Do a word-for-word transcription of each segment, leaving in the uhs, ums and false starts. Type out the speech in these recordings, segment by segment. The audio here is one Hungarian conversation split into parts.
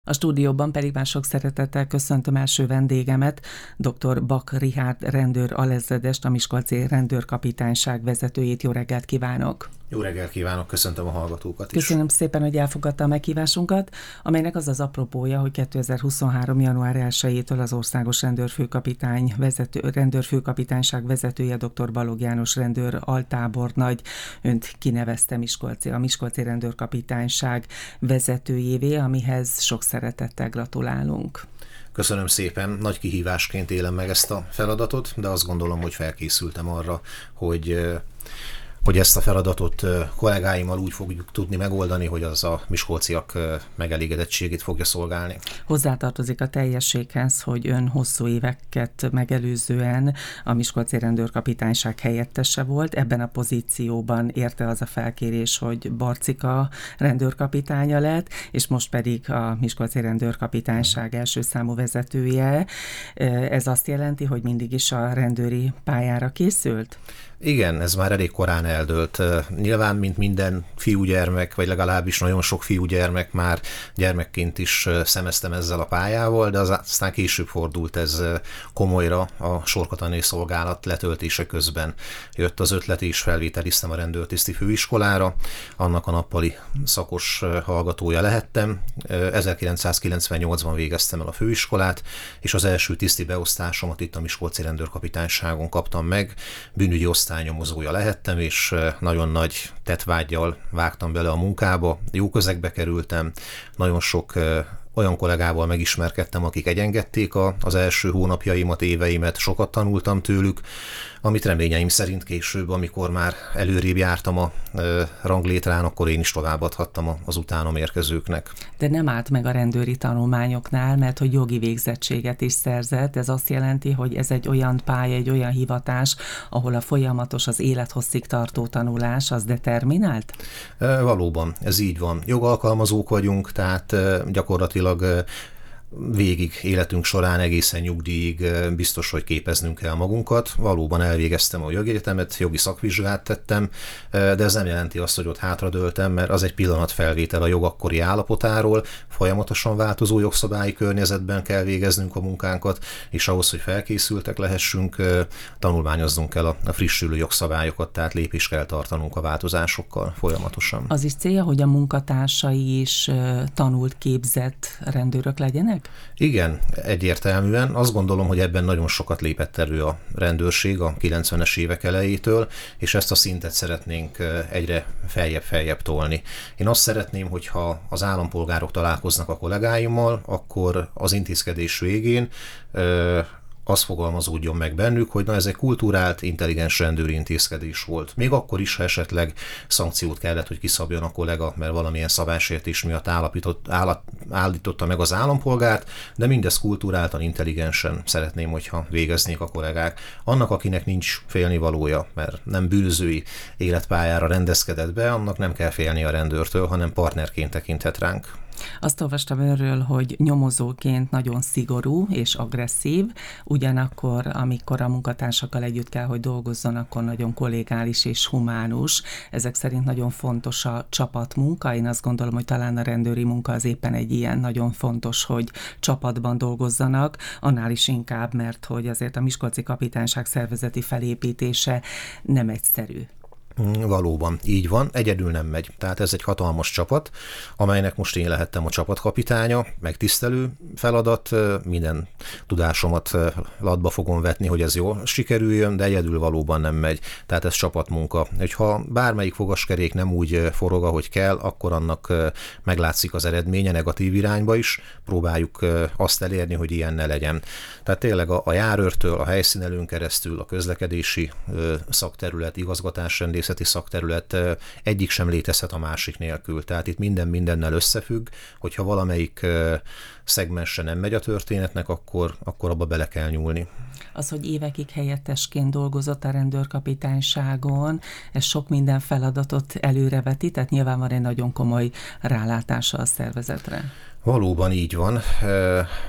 A stúdióban pedig már sok szeretettel köszöntöm első vendégemet, dr. Bak Richárd rendőr alezredest, a Miskolci Rendőrkapitányság vezetőjét. Jó reggelt kívánok! Jó reggelt kívánok, köszöntöm a hallgatókat is. Köszönöm szépen, hogy elfogadta a meghívásunkat, amelynek az az apropója, hogy kétezer-huszonhárom. január elsejétől az Országos Rendőrfőkapitány vezető, Rendőrfőkapitányság vezetője, dr. Balogh János rendőr altábornagy önt kinevezte Miskolci, a Miskolci Rendőrkapitányság vezetőjévé, amihez sok szeretettel gratulálunk. Köszönöm szépen, nagy kihívásként élem meg ezt a feladatot, de azt gondolom, hogy felkészültem arra, hogy hogy ezt a feladatot kollégáimmal úgy fogjuk tudni megoldani, hogy az a miskolciak megelégedettségét fogja szolgálni. Hozzátartozik a teljességhez, hogy ön hosszú éveket megelőzően a Miskolci Rendőrkapitányság helyettese volt. Ebben a pozícióban érte az a felkérés, hogy Barcika rendőrkapitánya lett, és most pedig a Miskolci Rendőrkapitányság első számú vezetője. Ez azt jelenti, hogy mindig is a rendőri pályára készült? Igen, ez már elég korán eldőlt. Nyilván, mint minden fiúgyermek, vagy legalábbis nagyon sok fiúgyermek, már gyermekként is szemeztem ezzel a pályával, de aztán később fordult ez komolyra a sorkatonai szolgálat letöltése közben. Jött az ötlet, és felvételiztem a rendőrtiszti főiskolára, annak a nappali szakos hallgatója lehettem. ezerkilencszázkilencvennyolcban végeztem el a főiskolát, és az első tiszti beosztásomat itt a Miskolci Rendőrkapitányságon kaptam meg, bűnügyi osztálynyomozója lehettem, és nagyon nagy tettvággyal vágtam bele a munkába, jó közegbe kerültem, nagyon sok olyan kollégával megismerkedtem, akik egyengedték a, az első hónapjaimat, éveimet, sokat tanultam tőlük, amit reményeim szerint később, amikor már előrébb jártam a e, ranglétrán, akkor én is továbbadhattam az utánom érkezőknek. De nem állt meg a rendőri tanulmányoknál, mert hogy jogi végzettséget is szerzett. Ez azt jelenti, hogy ez egy olyan pálya, egy olyan hivatás, ahol a folyamatos, az élethosszig tartó tanulás az determinált? E, valóban, ez így van. Jogalkalmazók vagyunk, tehát e, gyakorlatilag e, végig életünk során egészen nyugdíjig biztos, hogy képeznünk kell magunkat. Valóban elvégeztem a jogi egyetemet, jogi szakvizsgát tettem, de ez nem jelenti azt, hogy ott hátradőltem, mert az egy pillanatfelvétel a jog akkori állapotáról, folyamatosan változó jogszabályi környezetben kell végeznünk a munkánkat, és ahhoz, hogy felkészültek lehessünk, tanulmányoznunk kell a frissülő jogszabályokat, tehát lépést kell tartanunk a változásokkal folyamatosan. Az is célja, hogy a munkatársai is tanult, képzett rendőrök legyenek? Igen, egyértelműen. Azt gondolom, hogy ebben nagyon sokat lépett elő a rendőrség a kilencvenes évek elejétől, és ezt a szintet szeretnénk egyre feljebb-feljebb tolni. Én azt szeretném, hogyha az állampolgárok találkoznak a kollégáimmal, akkor az intézkedés végén az fogalmazódjon meg bennük, hogy na ez egy kulturált, intelligens rendőri intézkedés volt. Még akkor is, ha esetleg szankciót kellett, hogy kiszabjon a kollega, mert valamilyen szabálysértés miatt állapított, állat, állította meg az állampolgárt, de mindez kulturáltan, intelligensen szeretném, hogyha végeznék a kollégák. Annak, akinek nincs félnivalója, mert nem bűnözői életpályára rendezkedett be, annak nem kell félni a rendőrtől, hanem partnerként tekinthet ránk. Azt olvastam önről, hogy nyomozóként nagyon szigorú és agresszív, ugyanakkor, amikor a munkatársakkal együtt kell, hogy dolgozzon, akkor nagyon kollégális és humánus. Ezek szerint nagyon fontos a csapatmunka. Én azt gondolom, hogy talán a rendőri munka az éppen egy ilyen, nagyon fontos, hogy csapatban dolgozzanak, annál is inkább, mert hogy azért a Miskolci Kapitányság szervezeti felépítése nem egyszerű. Valóban, így van, egyedül nem megy. Tehát ez egy hatalmas csapat, amelynek most én lehettem a csapatkapitánya, megtisztelő feladat, minden tudásomat latba fogom vetni, hogy ez jól sikerüljön, de egyedül valóban nem megy. Tehát ez csapatmunka. Ha bármelyik fogaskerék nem úgy forog, ahogy kell, akkor annak meglátszik az eredménye negatív irányba is, próbáljuk azt elérni, hogy ilyen ne legyen. Tehát tényleg a, a járőrtől, a helyszínelőn keresztül, a közlekedési szakterület, igazgatásrendészeti szakterület egyik sem létezhet a másik nélkül. Tehát itt minden mindennel összefügg, hogyha valamelyik szegmensre nem megy a történetnek, akkor, akkor abba bele kell nyúlni. Az, hogy évekig helyettesként dolgozott a rendőrkapitányságon, ez sok minden feladatot előreveti, tehát nyilván van egy nagyon komoly rálátása a szervezetre. Valóban így van.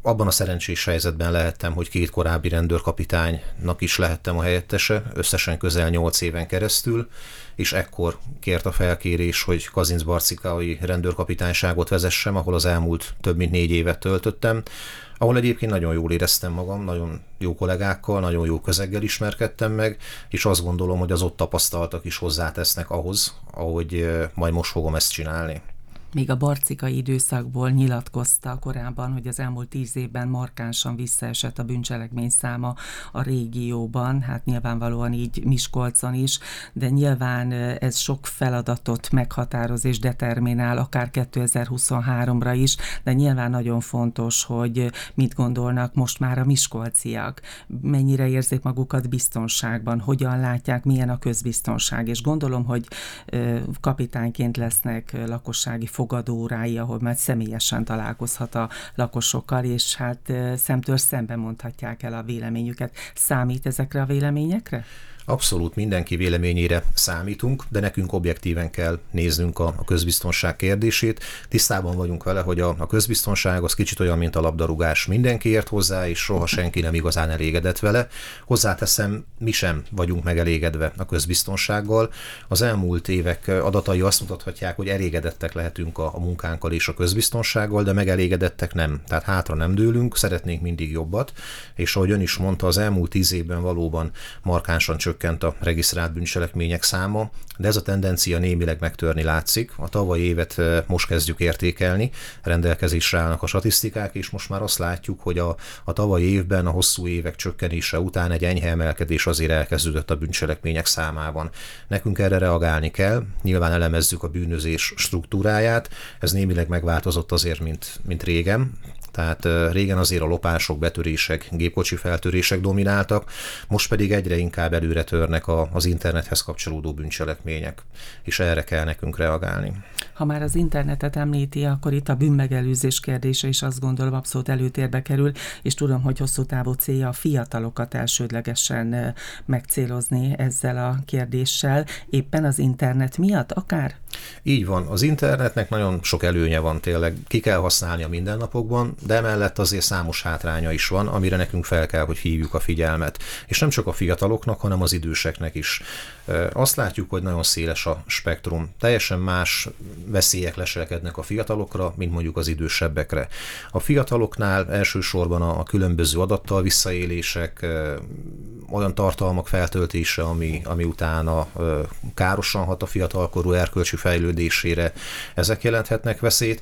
abban a szerencsés helyzetben lehettem, hogy két korábbi rendőrkapitánynak is lehettem a helyettese, összesen közel nyolc éven keresztül, és ekkor kért a felkérés, hogy Kazincbarcikai rendőrkapitányságot vezessem, ahol az elmúlt több mint négy évet töltöttem, ahol egyébként nagyon jól éreztem magam, nagyon jó kollégákkal, nagyon jó közeggel ismerkedtem meg, és azt gondolom, hogy az ott tapasztaltak is hozzátesznek ahhoz, ahogy majd most fogom ezt csinálni. Még a barcikai időszakból nyilatkozta korábban, hogy az elmúlt tíz évben markánsan visszaesett a bűncselekmény száma a régióban, hát nyilvánvalóan így Miskolcon is, de nyilván ez sok feladatot meghatároz és determinál, akár kétezer-huszonháromra is, de nyilván nagyon fontos, hogy mit gondolnak most már a miskolciak, mennyire érzik magukat biztonságban, hogyan látják, milyen a közbiztonság, és gondolom, hogy kapitányként lesznek lakossági fogadórái, ahol már személyesen találkozhat a lakosokkal, és hát szemtől szemben mondhatják el a véleményüket. Számít ezekre a véleményekre? Abszolút mindenki véleményére számítunk, de nekünk objektíven kell néznünk a, a közbiztonság kérdését. Tisztában vagyunk vele, hogy a, a közbiztonság az kicsit olyan, mint a labdarúgás. Mindenki ért hozzá, és soha senki nem igazán elégedett vele. Hozzáteszem, mi sem vagyunk megelégedve a közbiztonsággal. Az elmúlt évek adatai azt mutathatják, hogy elégedettek lehetünk a, a munkánkkal és a közbiztonsággal, de megelégedettek nem. Tehát hátra nem dőlünk, szeretnénk mindig jobbat, és ahogy ön is mondta, az elmúlt tíz évben valóban markánsan csökkent a regisztrált bűncselekmények száma, de ez a tendencia némileg megtörni látszik. A tavalyi évet most kezdjük értékelni, rendelkezésre állnak a statisztikák, és most már azt látjuk, hogy a, a tavalyi évben a hosszú évek csökkenése után egy enyhe emelkedés azért elkezdődött a bűncselekmények számában. Nekünk erre reagálni kell, nyilván elemezzük a bűnözés struktúráját, ez némileg megváltozott azért, mint, mint régen. Tehát régen azért a lopások, betörések, gépkocsi feltörések domináltak, most pedig egyre inkább előre törnek a, az internethez kapcsolódó bűncselekmények, és erre kell nekünk reagálni. Ha már az internetet említi, akkor itt a bűnmegelőzés kérdése is azt gondolom abszolút előtérbe kerül, és tudom, hogy hosszú távú célja a fiatalokat elsődlegesen megcélozni ezzel a kérdéssel, éppen az internet miatt akár? Így van, az internetnek nagyon sok előnye van tényleg, ki kell használni a mindennapokban, de emellett azért számos hátránya is van, amire nekünk fel kell, hogy hívjuk a figyelmet. És nem csak a fiataloknak, hanem az időseknek is. Azt látjuk, hogy nagyon széles a spektrum. Teljesen más veszélyek leselkednek a fiatalokra, mint mondjuk az idősebbekre. A fiataloknál elsősorban a különböző adattal visszaélések, olyan tartalmak feltöltése, ami, ami utána károsan hat a fiatalkorú erkölcsi fejlődésére, ezek jelenthetnek veszélyt.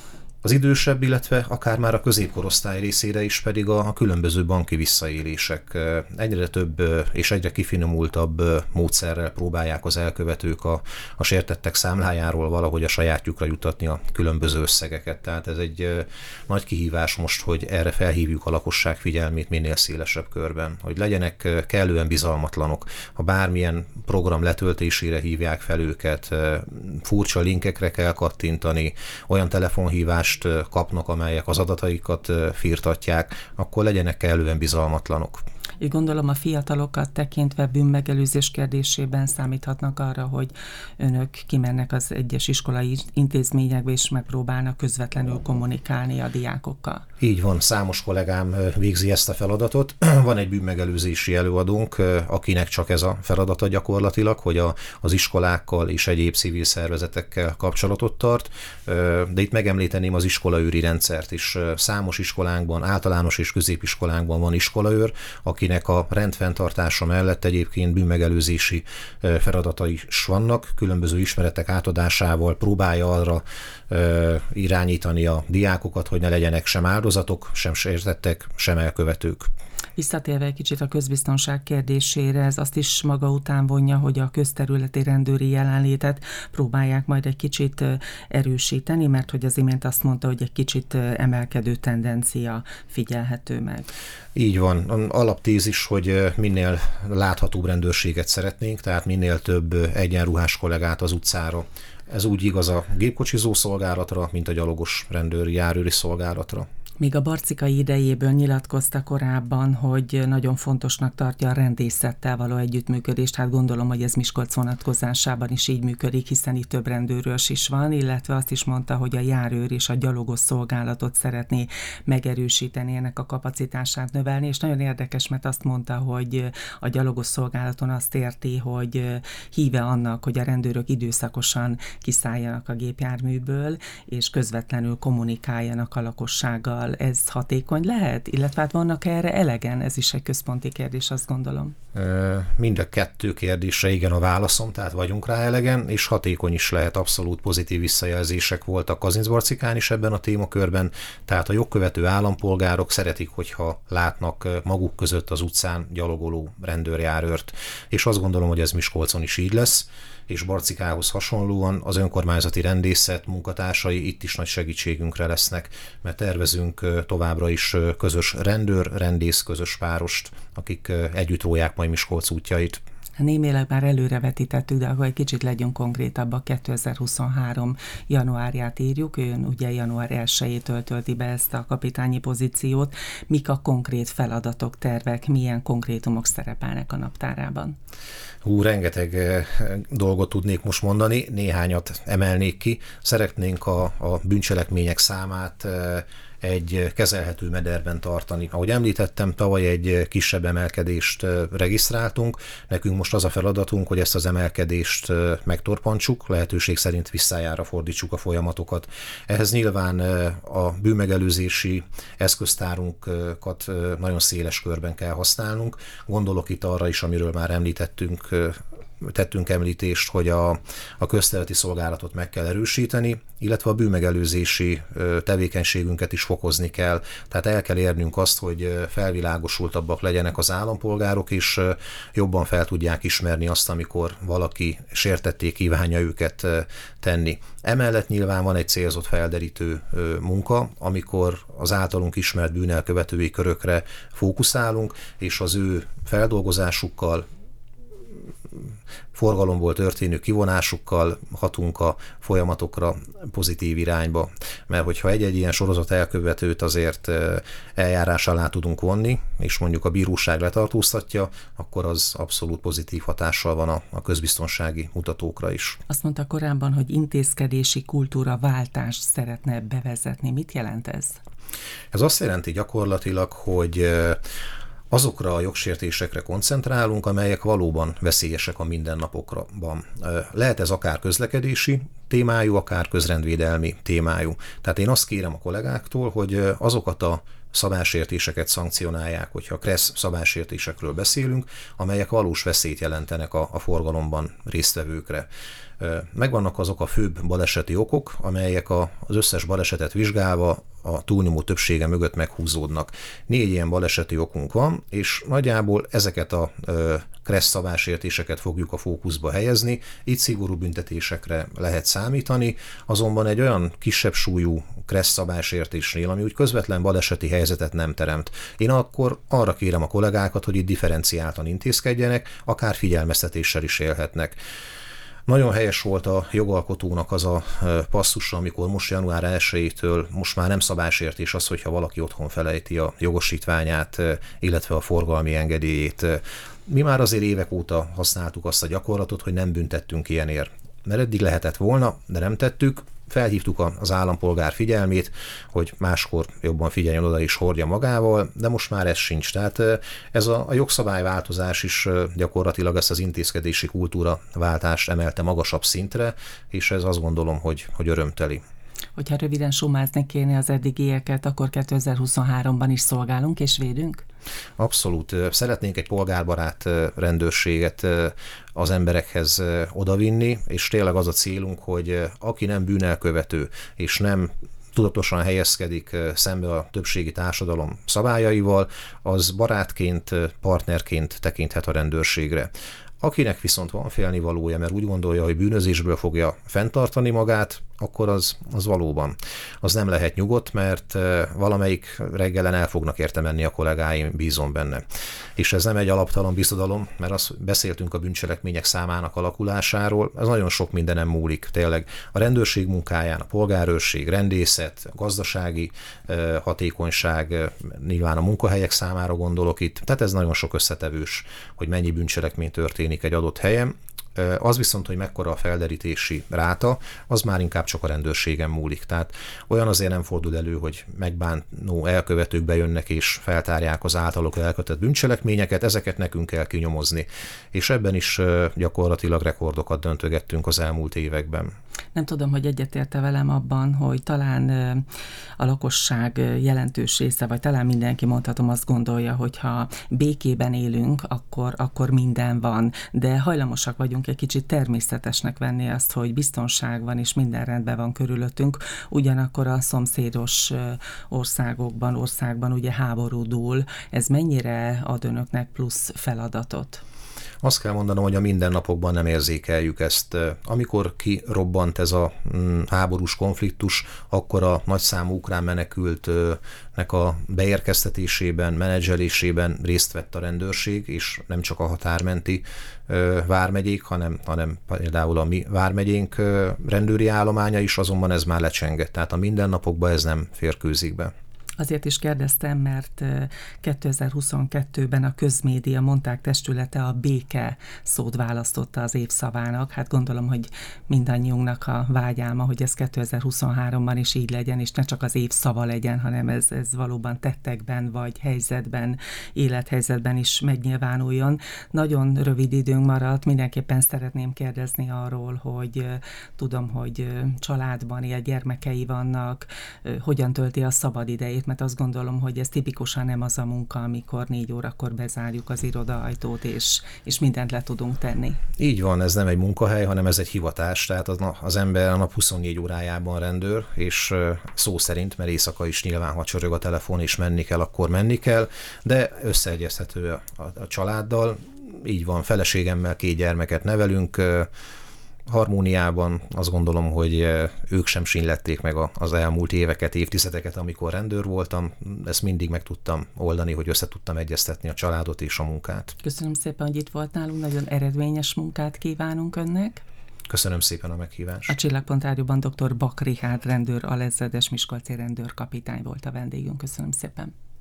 Az idősebb, illetve akár már a középkorosztály részére is pedig a, a különböző banki visszaélések. Egyre több és egyre kifinomultabb módszerrel próbálják az elkövetők a, a sértettek számlájáról valahogy a sajátjukra jutatni a különböző összegeket. Tehát ez egy nagy kihívás most, hogy erre felhívjuk a lakosság figyelmét minél szélesebb körben, hogy legyenek kellően bizalmatlanok. Ha bármilyen program letöltésére hívják fel őket, furcsa linkekre kell kattintani, olyan telefonhívást kapnak, amelyek az adataikat firtatják, akkor legyenek kellően bizalmatlanok. Így gondolom a fiatalokat tekintve bűnmegelőzés kérdésében számíthatnak arra, hogy önök kimennek az egyes iskolai intézményekbe és megpróbálnak közvetlenül kommunikálni a diákokkal. Így van, számos kollégám végzi ezt a feladatot. Van egy bűnmegelőzési előadónk, akinek csak ez a feladata gyakorlatilag, hogy a, az iskolákkal és egyéb civil szervezetekkel kapcsolatot tart, de itt megemlíteném az iskolaőri rendszert is. Számos iskolánkban, általános és középiskolánkban van iskolaőr, akinek a rendfenntartása mellett egyébként bűnmegelőzési feladatai is vannak, különböző ismeretek átadásával próbálja arra irányítani a diákokat, hogy ne legyenek sem áldozatok, sem sértettek, sem elkövetők. Visszatérve egy kicsit a közbiztonság kérdésére, ez azt is maga után vonja, hogy a közterületi rendőri jelenlétet próbálják majd egy kicsit erősíteni, mert hogy az imént azt mondta, hogy egy kicsit emelkedő tendencia figyelhető meg. Így van. Alaptézis, hogy minél láthatóbb rendőrséget szeretnénk, tehát minél több egyenruhás kollégát az utcára. Ez úgy igaz a gépkocsizó szolgálatra, mint a gyalogos rendőri járőri szolgálatra. Még a Barcikai idejéből nyilatkozta korábban, hogy nagyon fontosnak tartja a rendészettel való együttműködést. Hát gondolom, hogy ez Miskolc vonatkozásában is így működik, hiszen itt több rendőrös is van, illetve azt is mondta, hogy a járőr és a gyalogos szolgálatot szeretné megerősíteni, ennek a kapacitását növelni, és nagyon érdekes, mert azt mondta, hogy a gyalogos szolgálaton azt érti, hogy híve annak, hogy a rendőrök időszakosan kiszálljanak a gépjárműből, és közvetlenül kommunikáljanak a lakossággal. Ez hatékony lehet? Illetve hát vannak erre elegen? Ez is egy központi kérdés, azt gondolom. Mind a kettő kérdésre igen a válaszom, tehát vagyunk rá elegen, és hatékony is lehet, abszolút pozitív visszajelzések voltak Kazincbarcikán is ebben a témakörben, tehát a jogkövető állampolgárok szeretik, hogyha látnak maguk között az utcán gyalogoló rendőrjárőrt, és azt gondolom, hogy ez Miskolcon is így lesz, és Barcikához hasonlóan az önkormányzati rendészet munkatársai itt is nagy segítségünkre lesznek, mert tervezünk továbbra is közös rendőr-rendész közös párost, akik együtt róják majd Miskolc útjait. Némileg már előrevetítettük, de akkor egy kicsit legyünk konkrétabbak, kétezer-huszonhárom januárját írjuk, ön ugye január elsejétől tölti be ezt a kapitányi pozíciót. Mik a konkrét feladatok, tervek, milyen konkrétumok szerepelnek a naptárában? Hú, rengeteg dolgot tudnék most mondani, néhányat emelnék ki. Szeretnénk a, a bűncselekmények számát egy kezelhető mederben tartani. Ahogy említettem, tavaly egy kisebb emelkedést regisztráltunk. Nekünk most az a feladatunk, hogy ezt az emelkedést megtorpantsuk, lehetőség szerint visszájára fordítsuk a folyamatokat. Ehhez nyilván a bűnmegelőzési eszköztárunkat nagyon széles körben kell használnunk. Gondolok itt arra is, amiről már említettünk, tettünk említést, hogy a, a közterületi szolgálatot meg kell erősíteni, illetve a bűnmegelőzési tevékenységünket is fokozni kell. Tehát el kell érnünk azt, hogy felvilágosultabbak legyenek az állampolgárok, és jobban fel tudják ismerni azt, amikor valaki sértetté kívánja őket tenni. Emellett nyilván van egy célzott felderítő munka, amikor az általunk ismert bűnelkövetői körökre fókuszálunk, és az ő feldolgozásukkal, forgalomból történő kivonásukkal hatunk a folyamatokra pozitív irányba. Mert hogyha egy-egy ilyen sorozat elkövetőt azért eljárás alá tudunk vonni, és mondjuk a bíróság letartóztatja, akkor az abszolút pozitív hatással van a, a közbiztonsági mutatókra is. Azt mondta korábban, hogy intézkedési kultúra váltást szeretne bevezetni. Mit jelent ez? Ez azt jelenti gyakorlatilag, hogy azokra a jogsértésekre koncentrálunk, amelyek valóban veszélyesek a mindennapokban. Lehet ez akár közlekedési témájú, akár közrendvédelmi témájú. Tehát én azt kérem a kollégáktól, hogy azokat a szabálysértéseket szankcionálják, hogyha kressz szabálysértésekről beszélünk, amelyek valós veszélyt jelentenek a, a forgalomban résztvevőkre. Megvannak azok a főbb baleseti okok, amelyek a, az összes balesetet vizsgálva a túlnyomó többsége mögött meghúzódnak. Négy ilyen baleseti okunk van, és nagyjából ezeket a kressz szabálysértéseket fogjuk a fókuszba helyezni. Itt szigorú büntetésekre lehet számítani, azonban egy olyan kisebb súlyú kressz szabálysértésnél, ami úgy közvetlen baleseti helyzetet nem teremt. Én akkor arra kérem a kollégákat, hogy itt differenciáltan intézkedjenek, akár figyelmeztetéssel is élhetnek. Nagyon helyes volt a jogalkotónak az a passzusa, amikor most január elsejétől most már nem szabálysértés az, hogyha valaki otthon felejti a jogosítványát, illetve a forgalmi engedélyét. Mi már azért évek óta használtuk azt a gyakorlatot, hogy nem büntettünk ilyenért. Mert eddig lehetett volna, de nem tettük. Felhívtuk az állampolgár figyelmét, hogy máskor jobban figyeljen oda és hordja magával, de most már ez sincs. Tehát ez a, a jogszabályváltozás is gyakorlatilag ezt az intézkedési kultúra váltást emelte magasabb szintre, és ez azt gondolom, hogy, hogy örömteli. Hogyha röviden sumázni kéne az eddigieket, akkor kétezer-huszonháromban is szolgálunk és védünk? Abszolút. Szeretnénk egy polgárbarát rendőrséget az emberekhez odavinni, és tényleg az a célunk, hogy aki nem bűnelkövető, és nem tudatosan helyezkedik szembe a többségi társadalom szabályaival, az barátként, partnerként tekinthet a rendőrségre. Akinek viszont van félnivalója, mert úgy gondolja, hogy bűnözésből fogja fenntartani magát, akkor az, az valóban, az nem lehet nyugodt, mert valamelyik reggelen el fognak érte menni a kollégáim, bízom benne. És ez nem egy alaptalan bizodalom, mert azt beszéltünk a bűncselekmények számának alakulásáról, ez nagyon sok mindenem múlik, tényleg a rendőrség munkáján, a polgárőrség, rendészet, a gazdasági hatékonyság, nyilván a munkahelyek számára gondolok itt, tehát ez nagyon sok összetevős, hogy mennyi bűncselekmény történik egy adott helyen. Az viszont, hogy mekkora a felderítési ráta, az már inkább csak a rendőrségen múlik. Tehát olyan azért nem fordul elő, hogy megbánó elkövetők bejönnek és feltárják az általuk elkövetett bűncselekményeket, ezeket nekünk kell kinyomozni. És ebben is gyakorlatilag rekordokat döntögettünk az elmúlt években. Nem tudom, hogy egyetérte velem abban, hogy talán a lakosság jelentős része, vagy talán mindenki, mondhatom, azt gondolja, hogy ha békében élünk, akkor, akkor minden van, de hajlamosak vagyunk egy kicsit természetesnek venni azt, hogy biztonság van, és minden rendben van körülöttünk, ugyanakkor a szomszédos országokban, országban ugye háború dúl. Ez mennyire ad önöknek plusz feladatot? Azt kell mondanom, hogy a mindennapokban nem érzékeljük ezt. Amikor kirobbant ez a háborús konfliktus, akkor a nagyszámú ukrán menekültnek a beérkeztetésében, menedzselésében részt vett a rendőrség, és nem csak a határmenti vármegyék, hanem, hanem például a mi vármegyénk rendőri állománya is, azonban ez már lecsengett. Tehát a mindennapokban ez nem férkőzik be. Azért is kérdeztem, mert kétezer-huszonkettőben a Közmédia Mondták Testülete a béke szót választotta az évszavának. Hát gondolom, hogy mindannyiunknak a vágyálma, hogy ez kétezer-huszonháromban is így legyen, és ne csak az évszava legyen, hanem ez, ez valóban tettekben, vagy helyzetben, élethelyzetben is megnyilvánuljon. Nagyon rövid időnk maradt, mindenképpen szeretném kérdezni arról, hogy tudom, hogy családban ilyen gyermekei vannak, hogyan tölti a szabadidejét, mert azt gondolom, hogy ez tipikusan nem az a munka, amikor négy órakor bezárjuk az irodaajtót, és, és mindent le tudunk tenni. Így van, ez nem egy munkahely, hanem ez egy hivatás, tehát az, az ember a nap huszonnégy órájában rendőr, és szó szerint, mert éjszaka is nyilván, ha csörög a telefon és menni kell, akkor menni kell, de összeegyeztető a, a, a családdal. Így van, feleségemmel két gyermeket nevelünk, harmóniában azt gondolom, hogy ők sem sínlették meg az elmúlt éveket, évtizedeket, amikor rendőr voltam. Ezt mindig meg tudtam oldani, hogy össze tudtam egyeztetni a családot és a munkát. Köszönöm szépen, hogy itt volt nálunk, nagyon eredményes munkát kívánunk önnek. Köszönöm szépen a meghívást. A Csillagpont Rádióban dr. Bak Richárd rendőr, alezredes miskolci rendőrkapitány volt a vendégünk. Köszönöm szépen.